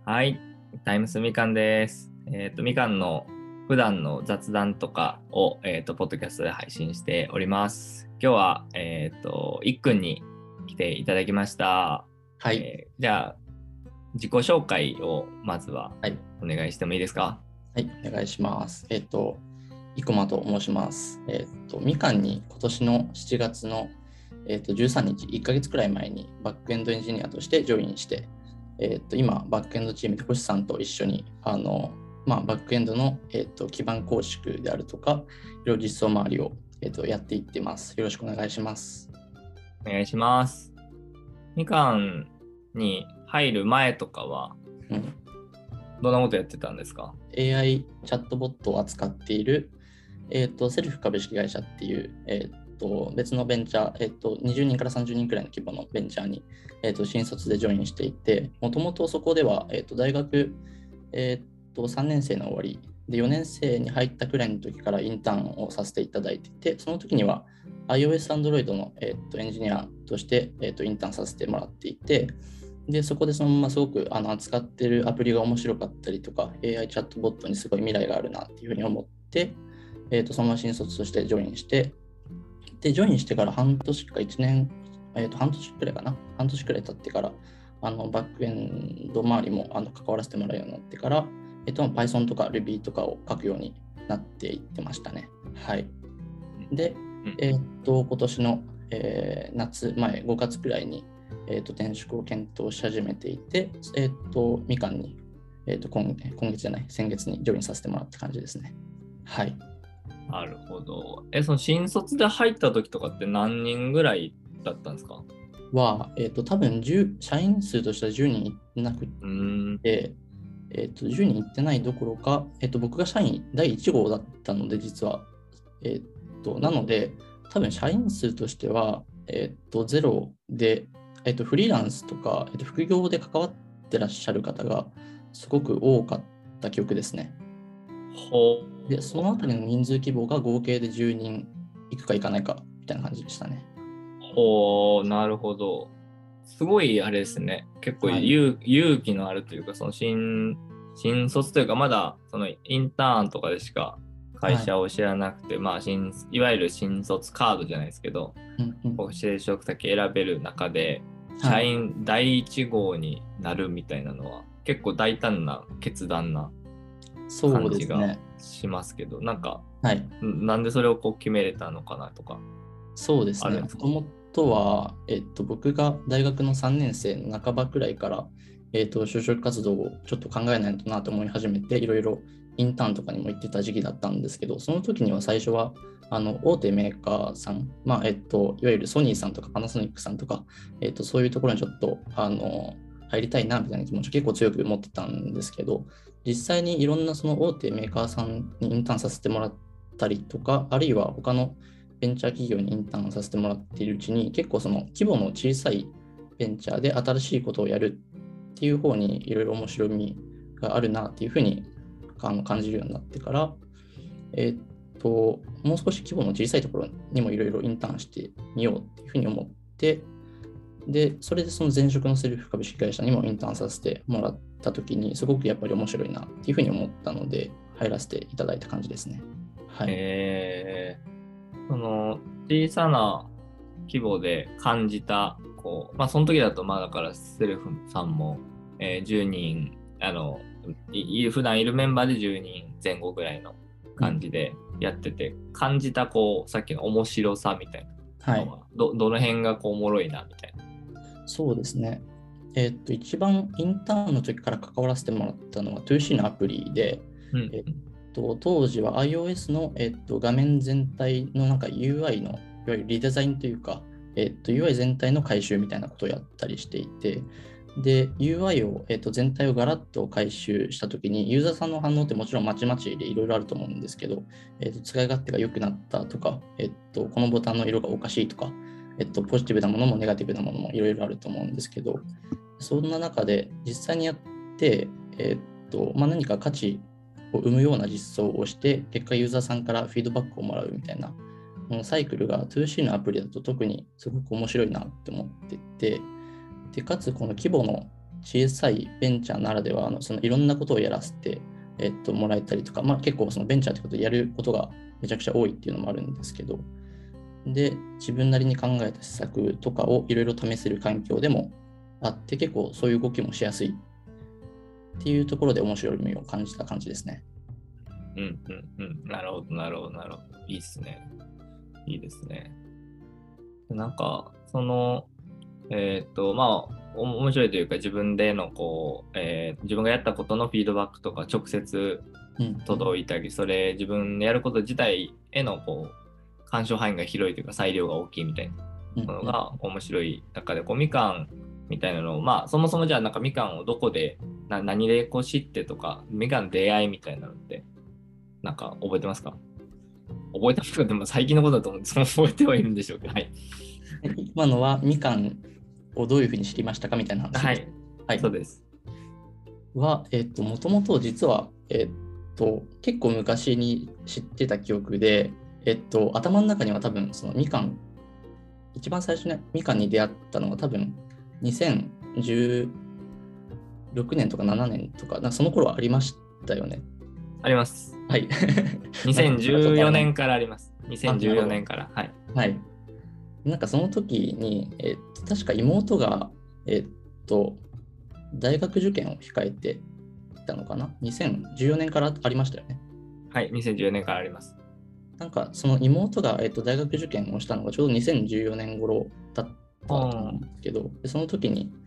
はい、タイムスみかんです。みかんの普段の雑談とかを、ポッドキャストで配信しております。今日は、いっくんに来ていただきました。 はい。 じゃあ、自己紹介をまずははい。 お願いしてもいいですか？ はい。お願いします。生駒と申します。みかんに今年の7月の、13日、1ヶ月くらい前にバックエンドエンジニアとしてジョインして、今、バックエンドチームで星さんと一緒に、バックエンドの、基盤構築であるとか、いろいろ実装周りを、やっていってます。よろしくお願いします。 お願いします。みかんに入る前とかはどんなことやってたんですか？ AI チャットボットを扱っている、セルフ株式会社っていう、別のベンチャー、20人から30人くらいの規模のベンチャーに、新卒でジョインしていて、もともとそこでは、大学、3年生の終わりで4年生に入ったくらいの時からインターンをさせていただいていて、その時には iOS、Android の、エンジニアとして、インターンさせてもらっていて、でそこでそのまますごく扱っているアプリが面白かったりとか AI チャットボットにすごい未来があるなっていうふうに思って、そのまま新卒としてジョインして、でジョインしてから半年か1年、半年くらいかな、半年くらい経ってからバックエンド周りも関わらせてもらうようになってから、Python とか Ruby とかを書くようになっていってましたね。はい。で、今年の、夏前5月くらいに転職を検討し始めていて、みかんに、今月じゃない、先月にジョインさせてもらった感じですね。はい。 なるほど。その新卒で入った時とかって何人ぐらいだったんですか？ は、多分社員数としては10人いってなくて、10人いってないどころか、僕が社員第1号だったので、実は。なので、多分社員数としては、ゼロで、フリーランスとか、副業で関わってらっしゃる方がすごく多かった記憶ですね。で、そのあたりの人数規模が合計で10人いくかいかないかみたいな感じでしたね。 なるほど。すごいあれですね。結構はい、 勇気のあるというか、その新卒というか、まだそのインターンとかでしか会社を知らなくて、まあいわゆる新卒カードじゃないですけど、就職先選べる中で、社員第1号になるみたいなのは、結構大胆な決断な感じがしますけど、なんか、なんでそれをこう決めれたのかなとか。 そうですね。もともとは、僕が大学の3年生の半ばくらいから、就職活動をちょっと考えないとなと思い始めて、いろいろインターンとかにも行ってた時期だったんですけど、その時には最初は大手メーカーさん、いわゆるソニーさんとかパナソニックさんとか、そういうところにちょっと入りたいなみたいな気持ちを結構強く持ってたんですけど、実際にいろんなその大手メーカーさんにインターンさせてもらったりとか、あるいは他のベンチャー企業にインターンさせてもらっているうちに、結構その規模の小さいベンチャーで新しいことをやるっていう方にいろいろ面白みがあるなっていうふうに感じるようになってから、もう少し規模の小さいところにもいろいろインターンしてみようっていうふうに思って、で、それでその前職のセルフ株式会社にもインターンさせてもらったときに、すごくやっぱり面白いなっていうふうに思ったので、入らせていただいた感じですね。はい。 その小さな規模で感じた、その時だと、だからセルフさんも、10人、普段いるメンバーで10人前後ぐらいの感じでやってて、感じた、さっきの面白さみたいなのは、どの辺がおもろいなみたいな。 そうですね。一番インターンの時から関わらせてもらったのは 2C のアプリで、当時は iOS の、画面全体のなんか UI のいわゆるリデザインというか、UI 全体の改修みたいなことをやったりしていて、で UI を、全体をガラッと改修したときにユーザーさんの反応ってもちろんまちまちでいろいろあると思うんですけど、使い勝手が良くなったとか、このボタンの色がおかしいとか、ポジティブなものもネガティブなものもいろいろあると思うんですけど、そんな中で実際にやって、何か価値を生むような実装をして、結果ユーザーさんからフィードバックをもらうみたいな、このサイクルが 2C のアプリだと特にすごく面白いなって思ってて、でかつこの規模の小さいベンチャーならではそのいろんなことをやらせて、もらえたりとか、結構そのベンチャーってことでやることがめちゃくちゃ多いっていうのもあるんですけど、で、自分なりに考えた施策とかをいろいろ試せる環境でもあって、結構そういう動きもしやすいっていうところで面白みを感じた感じですね。 なるほど、なるほど、なるほど。いいですね。いいですね。なんか、その、面白いというか、自分での自分がやったことのフィードバックとか直接届いたり、それ自分でやること自体への干渉範囲が広いというか、裁量が大きいみたいなものが面白い中で、みかんみたいなのを、そもそもじゃあなんかみかんをどこで何で知ってとか、みかんの出会いみたいなのってなんか覚えてますか？覚えてますか？でも最近のことだと思うんですけど、覚えてはいるんでしょうか。はい。 今のはみかんをどういうふうに知りましたかみたいな話です。 はい、はい、そうです。 もともと実は、結構昔に知ってた記憶で、頭の中には多分そのみかん、一番最初にみかんに出会ったのが多分2016年とか7年とか、なんかその頃はありましたよね。 あります。 はい。 2014年からあります。2014年から。はい。 はい。なんかその時に、確か妹が、大学受験を控えていたのかな ?2014 年からありましたよね。 はい、2014年からあります。 なんかその妹が、大学受験をしたのがちょうど2014年頃だったと思うんですけど、その時に、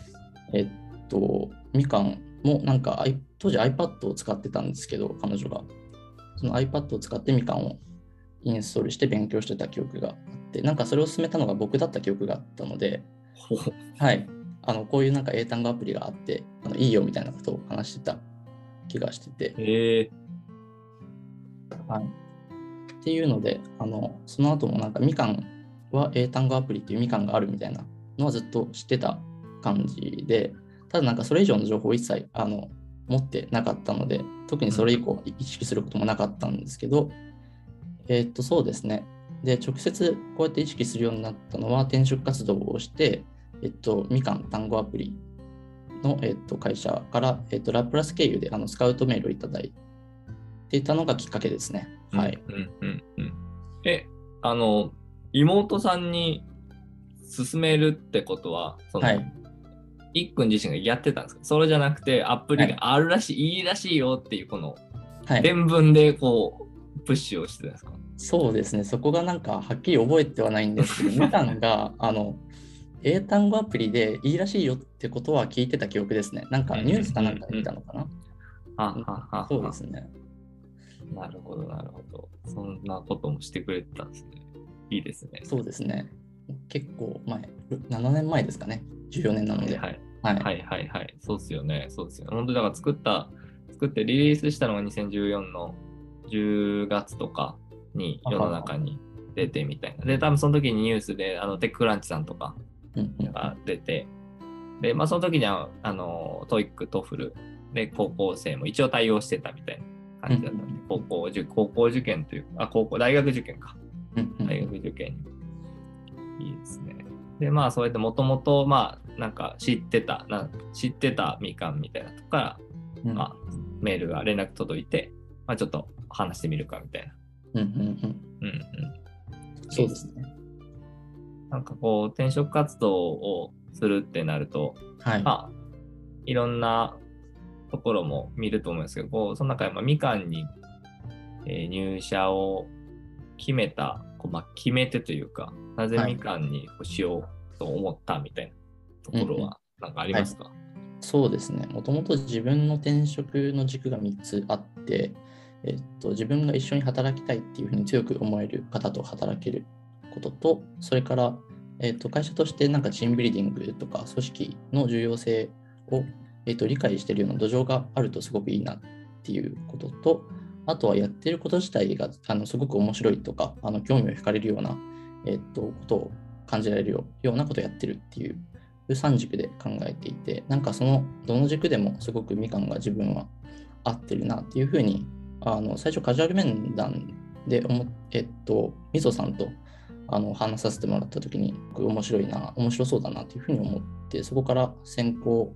みかんもなんか、当時 iPad を使ってたんですけど、彼女が。その iPad を使ってみかんをインストールして勉強してた記憶があって、なんかそれを進めたのが僕だった記憶があったので、はい、こういうなんか英単語アプリがあっていいよみたいなことを話してた気がしてて、はい、っていうのでその後もなんかみかんは英単語アプリっていうみかんがあるみたいなのはずっと知ってた感じで、ただなんかそれ以上の情報を一切持ってなかったので、特にそれ以降意識することもなかったんですけど、そうですね。で、直接こうやって意識するようになったのは、転職活動をして、みかん単語アプリの、会社から、ラプラス経由でスカウトメールをいただいていたのがきっかけですね。はい。 妹さんに勧めるってことは、はい、いっくん自身がやってたんですか？それじゃなくて、アプリがあるらしい、いいらしいよっていう、この、伝聞でプッシュをしてたんですか？ そうですね。そこがなんかはっきり覚えてはないんですけど、みかんが英単語アプリでいいらしいよってことは聞いてた記憶ですね。なんかニュースかなんかで見たのかな。そうですね。 なるほど、なるほど。そんなこともしてくれてたんですね。いいですね。 そうですね。結構前、7年前ですかね。14年なので。 はい。そうですよね。そうですよね。本当だから作ってリリースしたのが2014の10月とかに世の中に出てみたいな。で、多分その時にニュースでテッククランチさんとかが出て、で、その時にはトイック、トフルで高校生も一応対応してたみたいな感じだったので、高校受験というか、大学受験か。大学受験いいですね。で、そうやってもともと、なんか知ってたみかんみたいなとこから、メールが連絡届いて、ちょっと話してみるかみたいな。 そうですね。 なんか転職活動をするってなると、いろんなところも見ると思うんですけど、その中でみかんに、入社を決めた、決め手というか、なぜみかんにしようと思ったみたいなところは何かありますか？ そうですね。もともと自分の転職の軸が3つあって、自分が一緒に働きたいっていうふうに強く思える方と働けることと、それから、会社としてなんかチームビルディングとか組織の重要性を、理解しているような土壌があるとすごくいいなっていうことと、あとはやっていること自体がすごく面白いとか興味を惹かれるような、ことを感じられるようなことをやってるっていう3軸で考えていて、なんかそのどの軸でもすごくみかんが自分は合ってるなっていうふうに最初カジュアル面談でみぞさんと話させてもらった時に面白そうだなというふうに思って、そこから選考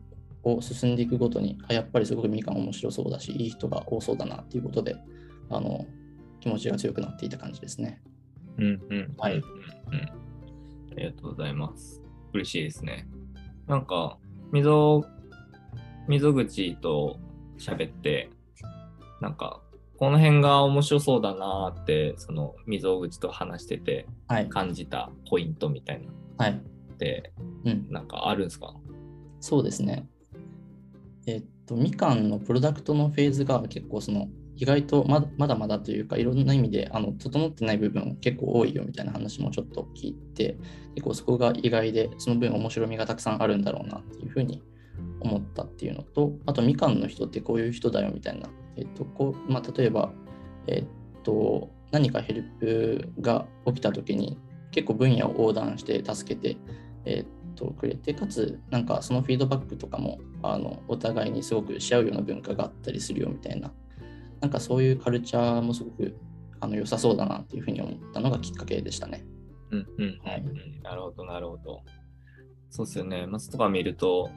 を進んでいくごとに、やっぱりすごくみかん面白そうだし、いい人が多そうだなっていうことで、気持ちが強くなっていた感じですね。 はい。ありがとうございます。嬉しいですね。なんか、溝口と喋って、なんか、この辺が面白そうだなって、その溝口と話してて感じたポイントみたいな。で、なんかあるんですか？ そうですね。みかんのプロダクトのフェーズが結構意外とまだまだというかいろんな意味で整ってない部分結構多いよみたいな話もちょっと聞いて、結構そこが意外でその分面白みがたくさんあるんだろうなっていうふうに思ったっていうのと、あとみかんの人ってこういう人だよみたいな、例えば、何かヘルプが起きた時に結構分野を横断して助けて、くれて、かつなんかそのフィードバックとかもお互いにすごくし合うような文化があったりするよみたいな、なんかそういうカルチャーもすごく良さそうだなっていうふうに思ったのがきっかけでしたね。 なるほどなるほど。そうですよね。松とか見ると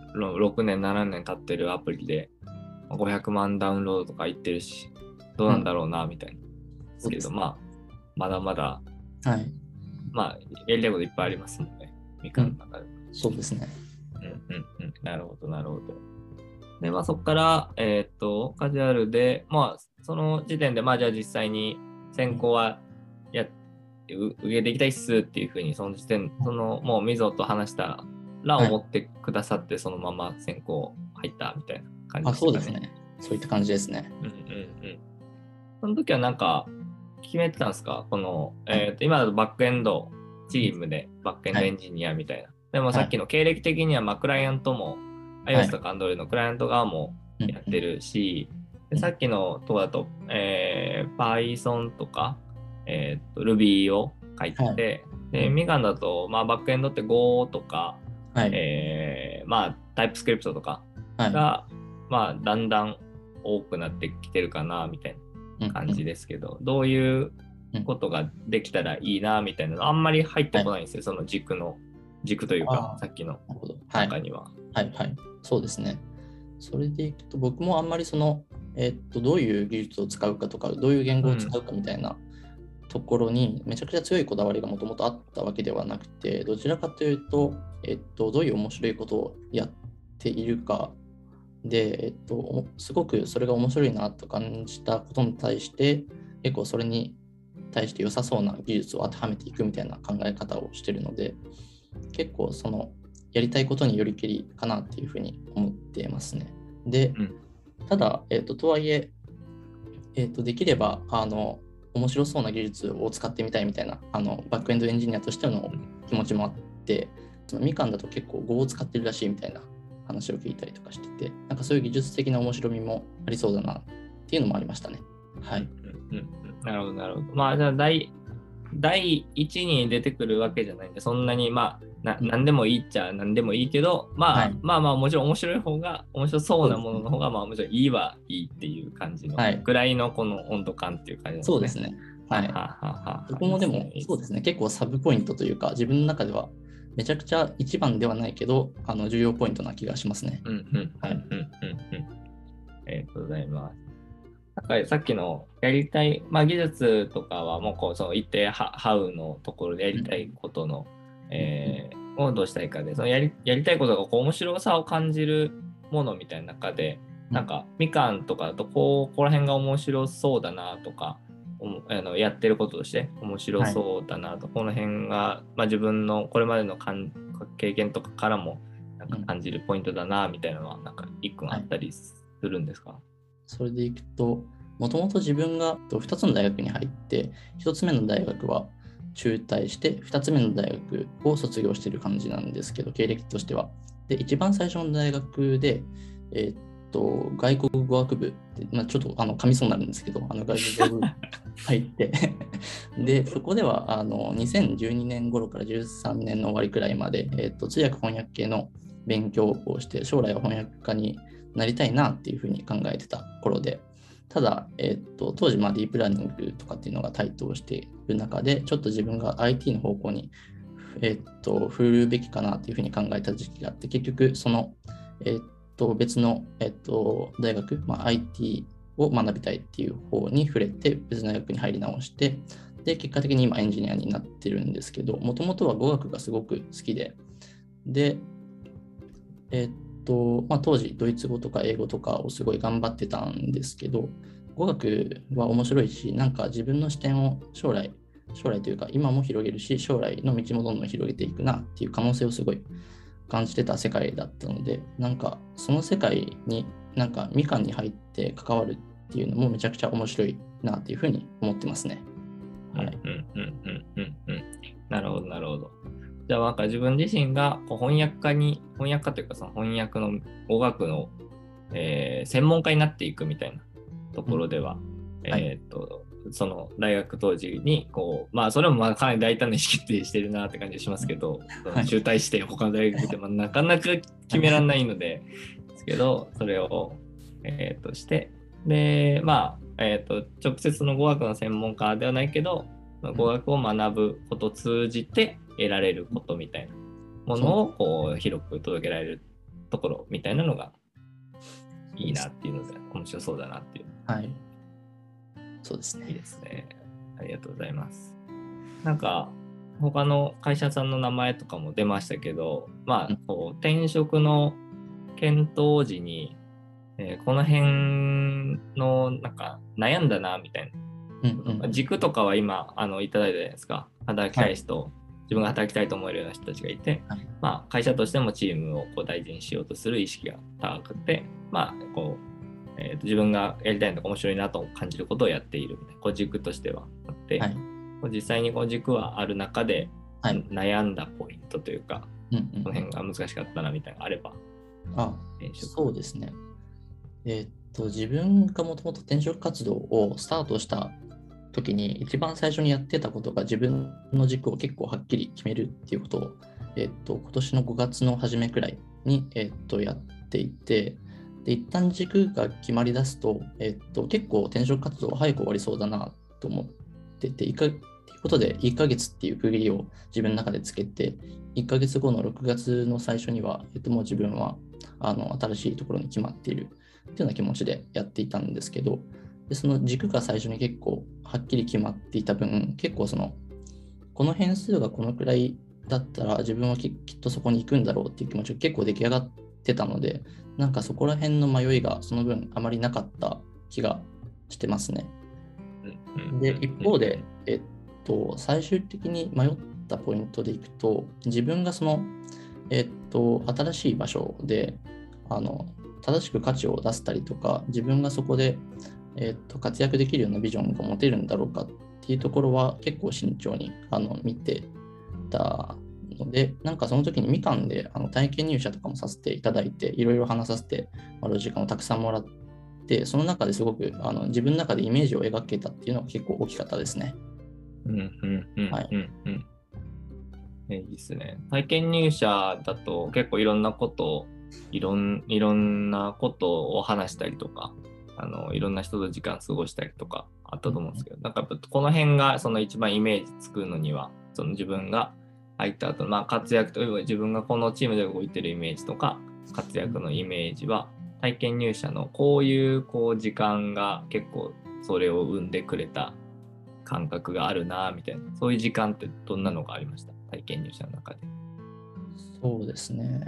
6年7年経ってるアプリで500万ダウンロードとかいってるし、どうなんだろうなみたいなですけど、まだまだ、やりたいこといっぱいありますもんね。みかんの中で。 そうですね。 なるほどなるほど。でそこからカジュアルでその時点でじゃあ実際に選考は受けていきたいっすっていうふうにその時点もう溝と話したら思ってくださって、そのまま選考入ったみたいな感じですかね。 そうですね。そういった感じですね。 その時はなんか決めてたんですか？この、今だとバックエンドチームでバックエンドエンジニアみたいな。でもさっきの経歴的にはクライアントも、iOS とか Android のクライアント側もやってるし、でさっきのとこだと、Python とか、Ruby を書いてて、でみかんだと、バックエンドって Go とか、TypeScript とかが、だんだん多くなってきてるかなみたいな感じですけど、どういうことができたらいいなみたいなのあんまり入ってこないんですよ、その軸というか、さっきの中には。 そうですね。それでいくと、僕もあんまりどういう技術を使うかとか、どういう言語を使うかみたいなところにめちゃくちゃ強いこだわりがもともとあったわけではなくて、どちらかというと、どういう面白いことをやっているかで、すごくそれが面白いなと感じたことに対して、結構それに対して良さそうな技術を当てはめていくみたいな考え方をしているので、結構やりたいことによりけりかなっていうふうに思ってますね。で、ただ、とはいえ、できれば面白そうな技術を使ってみたいみたいなバックエンドエンジニアとしての気持ちもあって、みかんだと結構 Go を使ってるらしいみたいな話を聞いたりとかしてて、なんかそういう技術的な面白みもありそうだなっていうのもありましたね。 なるほどなるほど。じゃあ第一に出てくるわけじゃないんで、そんなに何でもいいっちゃ何でもいいけど、もちろん面白そうなものの方がもちろんいいっていう感じのぐらいのこの温度感っていう感じですね。 そうですね。そこもでもそうですね、結構サブポイントというか、自分の中ではめちゃくちゃ一番ではないけど重要ポイントな気がしますね。 ありがとうございます。さっきのやりたい、技術とかはもうその一定ハウのところでやりたいことの、をどうしたいかで、そのやりたいことが面白さを感じるものみたいな中で、なんかみかんとかだとここら辺が面白そうだなとか、やってることとして面白そうだなと、この辺が、自分のこれまでの経験とかからもなんか感じるポイントだなみたいなのはなんか一個あったりするんですか？ それでいくと、もともと自分が2つの大学に入って、1つ目の大学は中退して、2つ目の大学を卒業している感じなんですけど、経歴としては。で、一番最初の大学で、外国語学部って、ちょっと噛みそうになるんですけど、外国語学部入ってで、そこでは2012年頃から13年の終わりくらいまで、通訳翻訳系の勉強をして、将来は翻訳家になりたいなっていうふうに考えてた頃で、ただ、当時ディープラーニングとかっていうのが台頭している中で、ちょっと自分が IT の方向に、振るべきかなっていうふうに考えた時期があって、結局別の、大学、IT を学びたいっていう方に触れて、別の大学に入り直して、で、結果的に今エンジニアになってるんですけど、もともとは語学がすごく好きで、で、当時ドイツ語とか英語とかをすごい頑張ってたんですけど、語学は面白いし、なんか自分の視点を将来というか今も広げるし、将来の道もどんどん広げていくなっていう可能性をすごい感じてた世界だったので、なんかその世界になんかみかんに入って関わるっていうのもめちゃくちゃ面白いなっていうふうに思ってますね。 はい。なるほど、なるほど。じゃあなんか自分自身がこう翻訳家というかその翻訳の語学の、専門家になっていくみたいなところでは、その大学当時にこう、それもかなり大胆な意思決定してるなって感じがしますけど、中退して他の大学でなかなか決められないのですけど、それを、して、で、直接の語学の専門家ではないけど、語学を学ぶことを通じて得られることみたいなものをこう広く届けられるところみたいなのがいいなっていうので面白そうだなっていう。 はい。そうですね。 いいですね。ありがとうございます。なんか他の会社さんの名前とかも出ましたけど、こう転職の検討時に、この辺のなんか悩んだなみたいな。軸とかは今いただいたじゃないですか。働きたい人、自分が働きたいと思えるような人たちがいて、会社としてもチームをこう大事にしようとする意識が高くて、自分がやりたいのが面白いなと感じることをやっているみたいな、こう軸としてはあって、実際にこう軸はある中で悩んだポイントというか、この辺が難しかったなみたいなのがあれば。 そうですね。自分がもともと転職活動をスタートした時に一番最初にやってたことが自分の軸を結構はっきり決めるっていうことを、今年の5月の初めくらいに、やっていて、で一旦軸が決まりだすと、結構転職活動は早く終わりそうだなと思ってて、ということで1ヶ月っていう区切りを自分の中でつけて、1ヶ月後の6月の最初には、もう自分は新しいところに決まっているっていうような気持ちでやっていたんですけど、でその軸が最初に結構はっきり決まっていた分、結構この変数がこのくらいだったら自分はきっとそこに行くんだろうっていう気持ちが結構出来上がってたので、なんかそこら辺の迷いがその分あまりなかった気がしてますね。で、一方で、最終的に迷ったポイントでいくと、自分が新しい場所で正しく価値を出せたりとか、自分がそこで、活躍できるようなビジョンが持てるんだろうかっていうところは結構慎重に見てたので、なんかその時にみかんで体験入社とかもさせていただいて、いろいろ話させてもらう時間をたくさんもらって、その中ですごく自分の中でイメージを描けたっていうのが結構大きかったですね。 いいですね。体験入社だと結構いろんなことを話したりとか、いろんな人と時間過ごしたりとかあったと思うんですけど、なんかやっぱこの辺がその一番イメージつくのには、その自分が入った後、活躍というか自分がこのチームで動いてるイメージとか活躍のイメージは、体験入社のこういう時間が結構それを生んでくれた感覚があるなみたいな、そういう時間ってどんなのがありました？体験入社の中で。 そうですね。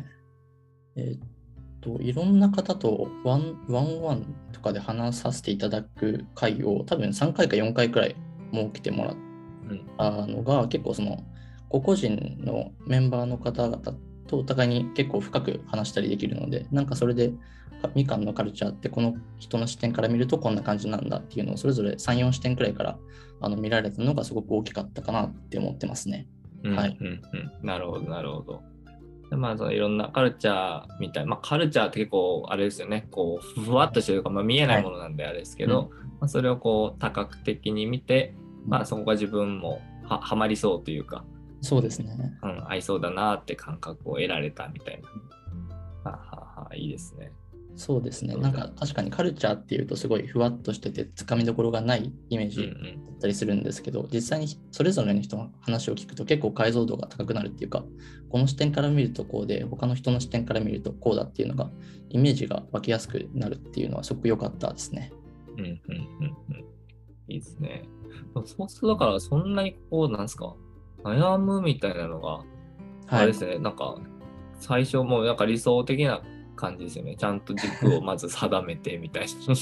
いろんな方とワンワンとかで話させていただく会を多分3回か4回くらい設けてもらったのが、結構個々人のメンバーの方々とお互いに結構深く話したりできるので、なんかそれでみかんのカルチャーってこの人の視点から見るとこんな感じなんだっていうのをそれぞれ 3,4 視点くらいから見られたのがすごく大きかったかなって思ってますね。 なるほどなるほど。いろんなカルチャーみたいな、カルチャーって結構あれですよね、こうふわっとしてるか、見えないものなんであれですけど、それをこう多角的に見て、そこが自分もはまりそうというか、 そうですね、 合いそうだなって感覚を得られたみたいな。いいですね。 そうですね。なんか確かにカルチャーっていうとすごいふわっとしててつかみどころがないイメージだったりするんですけど、実際にそれぞれの人の話を聞くと結構解像度が高くなるっていうか、この視点から見るとこうで、他の人の視点から見るとこうだっていうのがイメージが湧きやすくなるっていうのはすごく良かったですね。 いいですね。そうするとだからそんなにこうなんですか、悩むみたいなのが、あれですね、なんか最初もうなんか理想的な感じですよね。ちゃんと軸をまず定めてみたいな。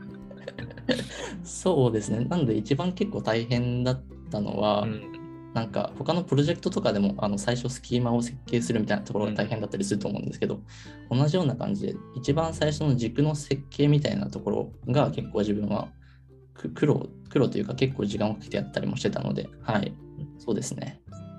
そうですね。なんで一番結構大変だったのは、なんか他のプロジェクトとかでも最初スキーマを設計するみたいなところが大変だったりすると思うんですけど、同じような感じで一番最初の軸の設計みたいなところが結構自分は苦労というか結構時間をかけてやったりもしてたので、はい、そうですね。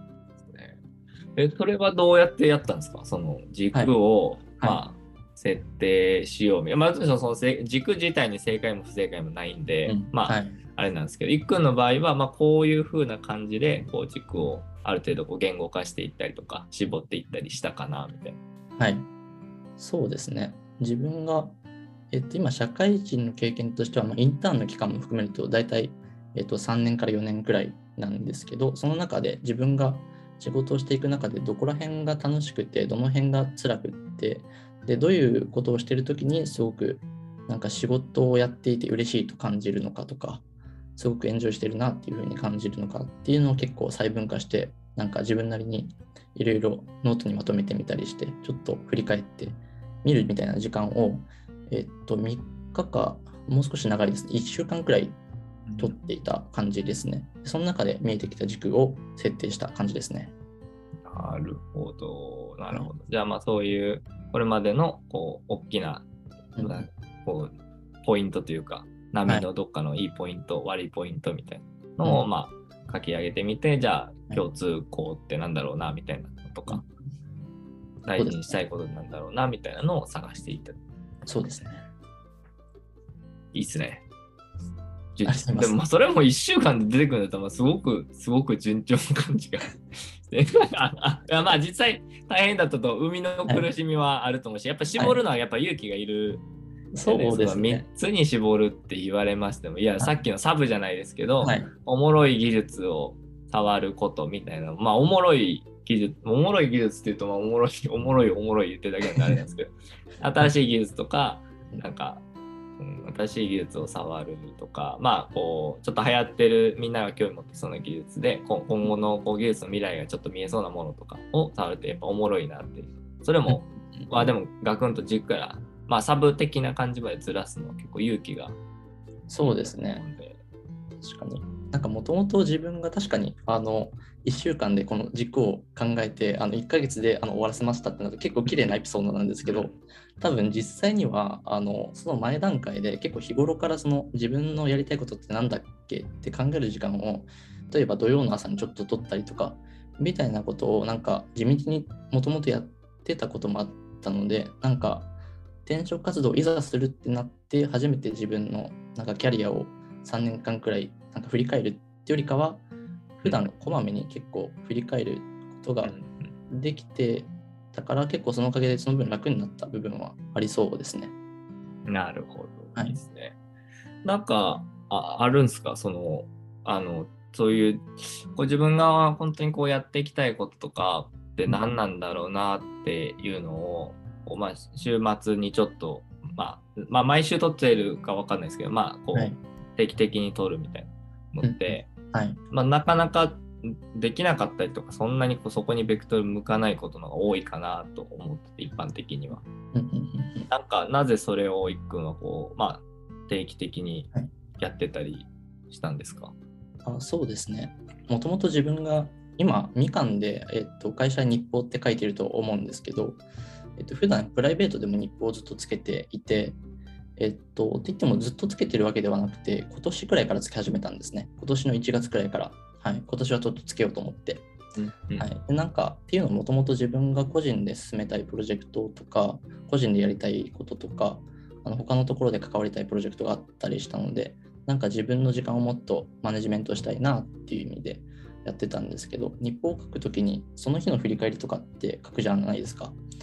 それはどうやってやったんですか？その軸を、設定しようみたいな。まずその軸自体に正解も不正解もないんで、あれなんですけど、いっくんの場合は、こういう風な感じでこう軸をある程度こう言語化していったりとか、絞っていったりしたかなみたいな。 はい、そうですね。自分が、今、社会人の経験としては、インターンの期間も含めると、大体、3年から4年くらいなんですけど、その中で自分が仕事をしていく中で、どこら辺が楽しくて、どの辺が辛くって、で、どういうことをしているときに、すごくなんか仕事をやっていて嬉しいと感じるのかとか、すごくエンジョイしてるなっていうふうに感じるのかっていうのを結構細分化して、なんか自分なりにいろいろノートにまとめてみたりして、ちょっと振り返ってみるみたいな時間を、3日か、もう少し長いですね、1週間くらい取っていた感じですね。その中で見えてきた軸を設定した感じですね。 なるほど、なるほど。じゃあそういうこれまでのこう大きな、こうポイントというか、波のどっかのいいポイント、悪いポイントみたいなのを書き上げてみて、じゃあ共通項ってなんだろうなみたいなのとか、大事にしたいことなんだろうなみたいなのを探していった。 そうですね。 いいっすね。でもそれも1週間で出てくるんだったらすごく順調な感じが実際大変だったと生みの苦しみはあると思うし、やっぱ絞るのはやっぱ勇気がいる、 そうですね。 3つに絞るって言われましても、いやさっきのサブじゃないですけど、おもろい技術を触ることみたいな、おもろい技術っていうとおもろい言ってるだけなんであれなんですけど新しい技術とかなんか新しい技術を触るとか、こうちょっと流行ってる、みんなが興味持ってそうな技術で今後のこう技術の未来がちょっと見えそうなものとかを触るとやっぱおもろいなっていう。それもでもガクンと軸からサブ的な感じまでずらすのは結構勇気が。 そうですね。確かに。なんかもともと自分が確かに1週間でこの軸を考えて1ヶ月で終わらせましたってなると結構綺麗なエピソードなんですけど、多分実際にはその前段階で結構日頃からその自分のやりたいことってなんだっけって考える時間を例えば土曜の朝にちょっと取ったりとかみたいなことをなんか地道にもともとやってたこともあったので、なんか転職活動をいざするってなって初めて自分のなんかキャリアを3年間くらいなんか振り返るってよりかは普段こまめに結構振り返ることができてだから結構そのおかげでその分楽になった部分はありそうですね。 なるほど、いいですね。なんかあるんですか、そのそういうこう自分が本当にこうやっていきたいこととかって何なんだろうなっていうのを、週末にちょっと毎週撮ってるか分かんないですけどこう、定期的に撮るみたいなのって、なかなかできなかったりとかそんなにそこにベクトル向かないことのが多いかなと思ってて、一般的にはなんかなぜそれをいっくんはこう、定期的にやってたりしたんですか？ そうですね。もともと自分が今みかんで、会社に日報って書いてると思うんですけど、普段プライベートでも日報をずっとつけていて、って言ってもずっとつけてるわけではなくて、今年くらいからつけ始めたんですね。今年の1月くらいから、今年はちょっとつけようと思って。でなんかっていうのもともと自分が個人で進めたいプロジェクトとか、個人でやりたいこととか、他のところで関わりたいプロジェクトがあったりしたので、なんか自分の時間をもっとマネジメントしたいなっていう意味でやってたんですけど、日報を書くときにその日の振り返りとかって書くじゃないですか。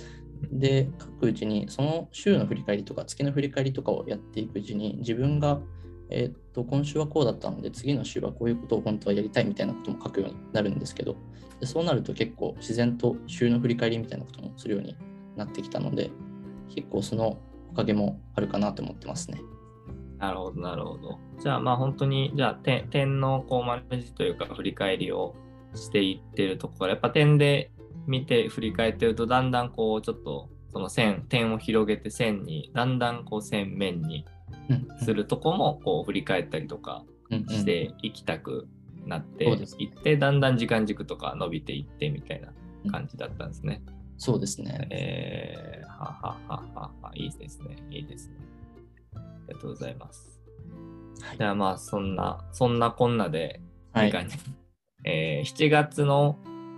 で、書くうちに、その週の振り返りとか月の振り返りとかをやっていくうちに、自分が、今週はこうだったので、次の週はこういうことを本当はやりたいみたいなことも書くようになるんですけど、でそうなると結構自然と週の振り返りみたいなこともするようになってきたので、結構そのおかげもあるかなと思ってますね。 なるほど、なるほど。じゃあまあ本当に、じゃあ点のこうマネジというか振り返りをしていってるところ、やっぱ点で見て振り返ってると、だんだんこうちょっとその点を広げて線に、だんだんこう線面にするとこもこう振り返ったりとかしていきたくなっていって、だんだん時間軸とか伸びていってみたいな感じだったんですね。 そうですね。 いいですね。いいですね。ありがとうございます。はい、じゃあまあそんなこんなで、はい、7月の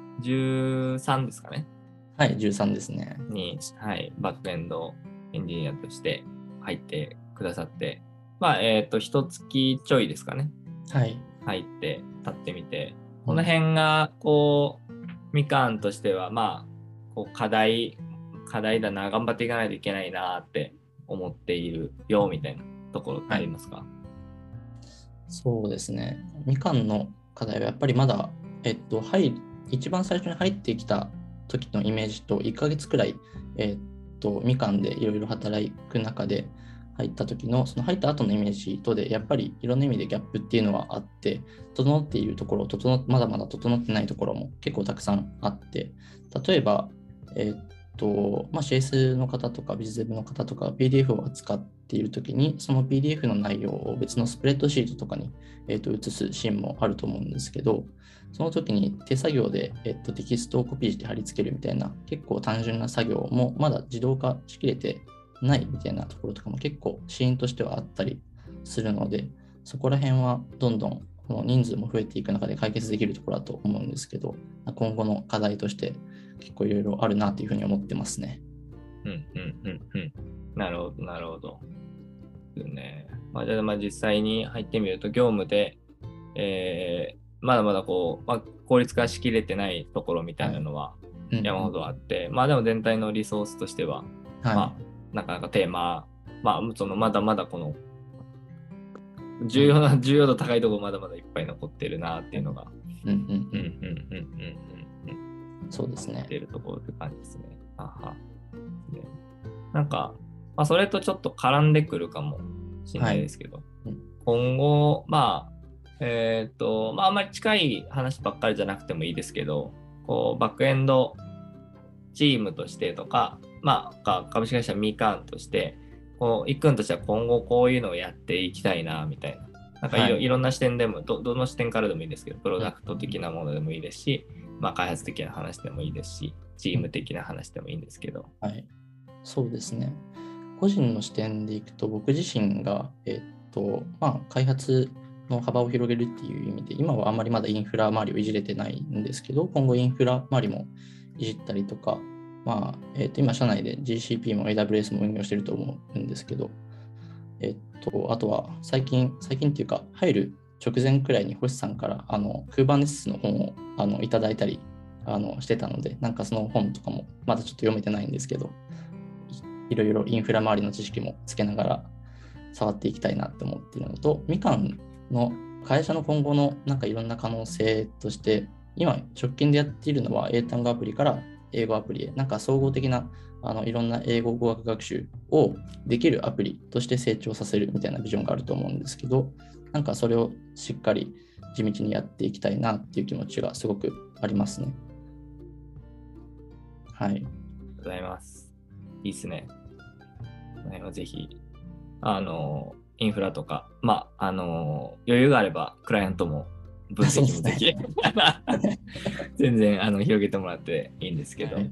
13ですかね。 はい、13ですね。 に、はい、バックエンドエンジニアとして入ってくださって、まあ、一月ちょいですかね。 はい。 入って立ってみて、この辺が、こう、みかんとしては、まあ、こう課題だな、頑張っていかないといけないなって思っているよ、みたいなところってありますか？はい、 そうですね。みかんの課題はやっぱりまだ、一番最初に入ってきた時のイメージと1ヶ月くらい、みかんでいろいろ働く中で入った時の、その入った後のイメージとで、やっぱりいろんな意味でギャップっていうのはあって、整っているところ、まだまだ整ってないところも結構たくさんあって、例えば、CS の方とか BizDev の方とか PDF を扱っているときに、その PDF の内容を別のスプレッドシートとかに、移すシーンもあると思うんですけど、その時に手作業で、テキストをコピーして貼り付けるみたいな結構単純な作業もまだ自動化しきれてないみたいなところとかも結構シーンとしてはあったりするので、そこら辺はどんどん人数も増えていく中で解決できるところだと思うんですけど、今後の課題として結構いろいろあるなというふうに思ってますね。 なるほど、なるほど。ね。じゃあ実際に入ってみると業務で、まだまだこう、効率化しきれてないところみたいなのは山ほどあって、でも全体のリソースとしては、なかなかテーマ、そのまだまだこの重要度高いところまだまだいっぱい残ってるなっていうのが、 そうですね。 っていうところって感じですね。なんか、それとちょっと絡んでくるかもしれないですけど、今後、あんまり近い話ばっかりじゃなくてもいいですけど、こうバックエンドチームとしてとか、株式会社みかんとして、こういっくんとしては今後こういうのをやっていきたいなみたいな、なんかいろんな視点でもどの視点からでもいいですけど、プロダクト的なものでもいいですし、開発的な話でもいいですし、チーム的な話でもいいんですけど。 はい、そうですね。個人の視点でいくと、僕自身が、開発の幅を広げるっていう意味で、今はあんまりまだインフラ周りをいじれてないんですけど、今後インフラ周りもいじったりとか、今社内で GCP も AWS も運用してると思うんですけど、あとは最近っていうか、入る直前くらいに星さんからKubernetes の本をいただいたりしてたので、なんかその本とかもまだちょっと読めてないんですけど、いろいろインフラ周りの知識もつけながら触っていきたいなって思っているのと、みかんの会社の今後のなんかいろんな可能性として、今直近でやっているのは英単語アプリから英語アプリへ、なんか総合的ないろんな英語語学学習をできるアプリとして成長させるみたいなビジョンがあると思うんですけど、なんかそれをしっかり地道にやっていきたいなっていう気持ちがすごくありますね。はい。 ありがとうございます。いいですね。ぜひ、インフラとか、余裕があれば、クライアントも分析もぜひ、全然広げてもらっていいんですけど、チ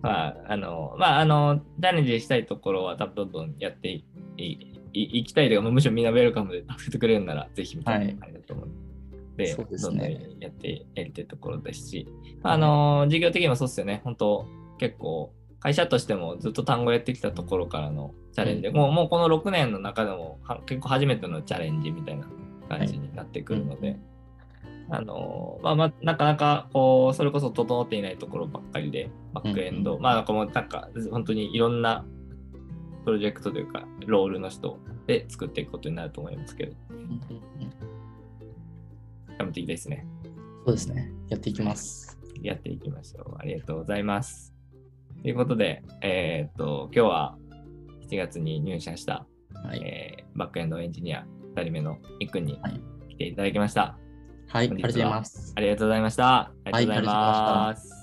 ャレンジしたいところは多分どんどんやっていきたいというか、むしろみんなウェルカムで助けてくれるなら、ぜひみたいな感じだと思うので、どんどんやりたいところですし、事業的にもそうですよね、本当結構、会社としてもずっと単語やってきたところからのチャレンジで、もうこの6年の中でも結構初めてのチャレンジみたいな感じになってくるので、 なかなかこうそれこそ整っていないところばっかりで、バックエンド、なんかもうなんか本当にいろんなプロジェクトというかロールの人で作っていくことになると思いますけど、頑張っていいですね。 そうですね。やっていきます。 やっていきましょう。ありがとうございます。ということで、今日は7月に入社した、バックエンドエンジニア2人目のいっくんに来ていただきました。 はい、ありがとうございます。 ありがとうございました。 ありがとうございます。